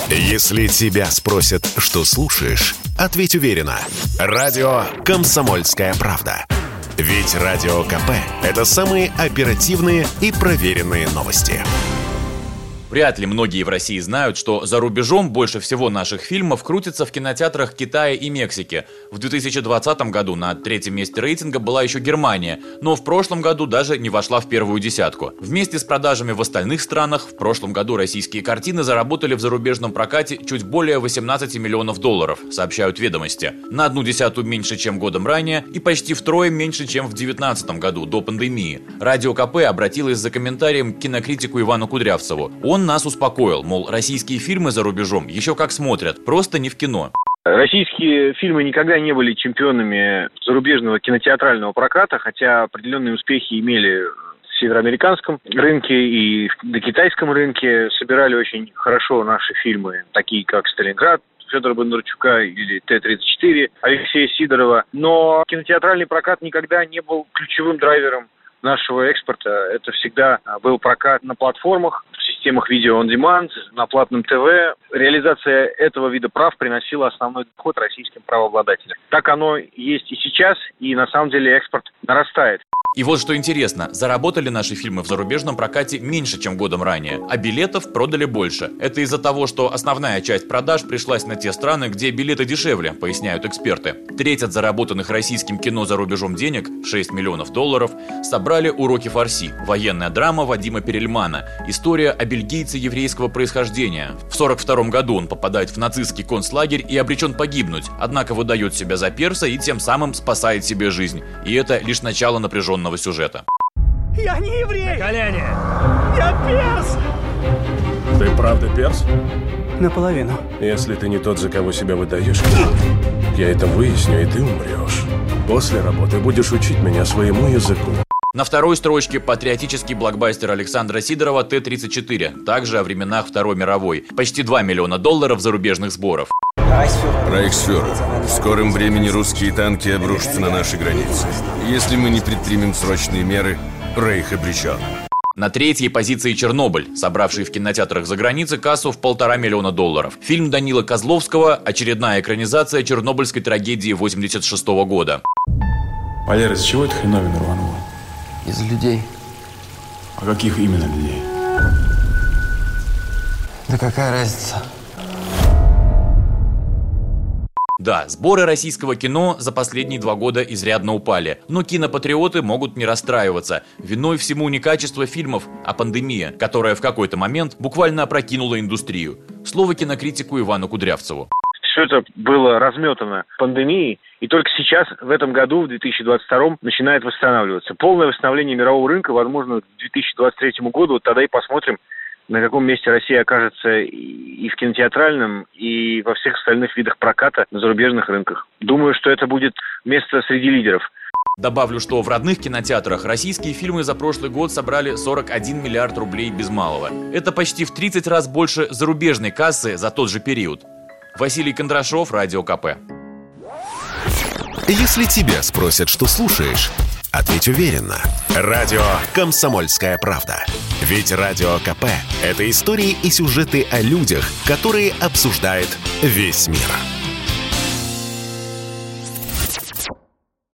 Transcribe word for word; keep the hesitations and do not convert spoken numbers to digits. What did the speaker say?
Если тебя спросят, что слушаешь, ответь уверенно. Радио «Комсомольская правда». Ведь Радио КП – это самые оперативные и проверенные новости. Вряд ли многие в России знают, что за рубежом больше всего наших фильмов крутится в кинотеатрах Китая и Мексики. В две тысячи двадцатом году на третьем месте рейтинга была еще Германия, но в прошлом году даже не вошла в первую десятку. Вместе с продажами в остальных странах в прошлом году российские картины заработали в зарубежном прокате чуть более восемнадцати миллионов долларов, сообщают «Ведомости». На одну десятую меньше, чем годом ранее, и почти втрое меньше, чем в две тысячи девятнадцатом году, до пандемии. Радио КП обратилось за комментарием к кинокритику Ивану Кудрявцеву. Он нас успокоил, мол, российские фильмы за рубежом еще как смотрят, просто не в кино. Российские фильмы никогда не были чемпионами зарубежного кинотеатрального проката, хотя определенные успехи имели в североамериканском рынке и на китайском рынке. Собирали очень хорошо наши фильмы, такие как «Сталинград» Федора Бондарчука или Т тридцать четыре Алексея Сидорова. Но кинотеатральный прокат никогда не был ключевым драйвером нашего экспорта. Это всегда был прокат на платформах, в системах видео-он-деманд, на платном ТВ. Реализация этого вида прав приносила основной доход российским правообладателям. Так оно есть и сейчас, и на самом деле экспорт нарастает. И вот что интересно, заработали наши фильмы в зарубежном прокате меньше, чем годом ранее, а билетов продали больше. Это из-за того, что основная часть продаж пришлась на те страны, где билеты дешевле, поясняют эксперты. Треть от заработанных российским кино за рубежом денег, шесть миллионов долларов, собрали «Уроки фарси», военная драма Вадима Перельмана, история о бельгийце еврейского происхождения. В сорок втором году он попадает в нацистский концлагерь и обречен погибнуть, однако выдает себя за перса и тем самым спасает себе жизнь. И это лишь начало напряженного сюжета. Я не еврей! На колени! Я перс! Ты правда перс? Наполовину. Если ты не тот, за кого себя выдаешь, я это выясню, и ты умрешь. После работы будешь учить меня своему языку. На второй строчке патриотический блокбастер Александра Сидорова Т тридцать четыре, также о временах Второй мировой. Почти два миллиона долларов зарубежных сборов. Рейхсфюрер, в скором времени русские танки обрушатся на наши границы. Если мы не предпримем срочные меры, Рейх обречен. На третьей позиции «Чернобыль», собравший в кинотеатрах за границей кассу в полтора миллиона долларов. Фильм Данила Козловского – очередная экранизация чернобыльской трагедии восемьдесят шестого года. Валера, из-за чего эта хреновина рванула? Из-за людей. А каких именно людей? Да какая разница? Да, сборы российского кино за последние два года изрядно упали, но кинопатриоты могут не расстраиваться. Виной всему не качество фильмов, а пандемия, которая в какой-то момент буквально опрокинула индустрию. Слово кинокритику Ивану Кудрявцеву. Все это было разметано пандемией, и только сейчас, в этом году, в две тысячи двадцать втором, начинает восстанавливаться. Полное восстановление мирового рынка возможно к две тысячи двадцать третьему году, вот тогда и посмотрим, на каком месте Россия окажется и в кинотеатральном, и во всех остальных видах проката на зарубежных рынках. Думаю, что это будет место среди лидеров. Добавлю, что в родных кинотеатрах российские фильмы за прошлый год собрали сорок один миллиард рублей без малого. Это почти в тридцать раз больше зарубежной кассы за тот же период. Василий Кондрашов, Радио КП. Если тебя спросят, что слушаешь, ответь уверенно. Радио «Комсомольская правда». Ведь Радио КП – это истории и сюжеты о людях, которые обсуждает весь мир.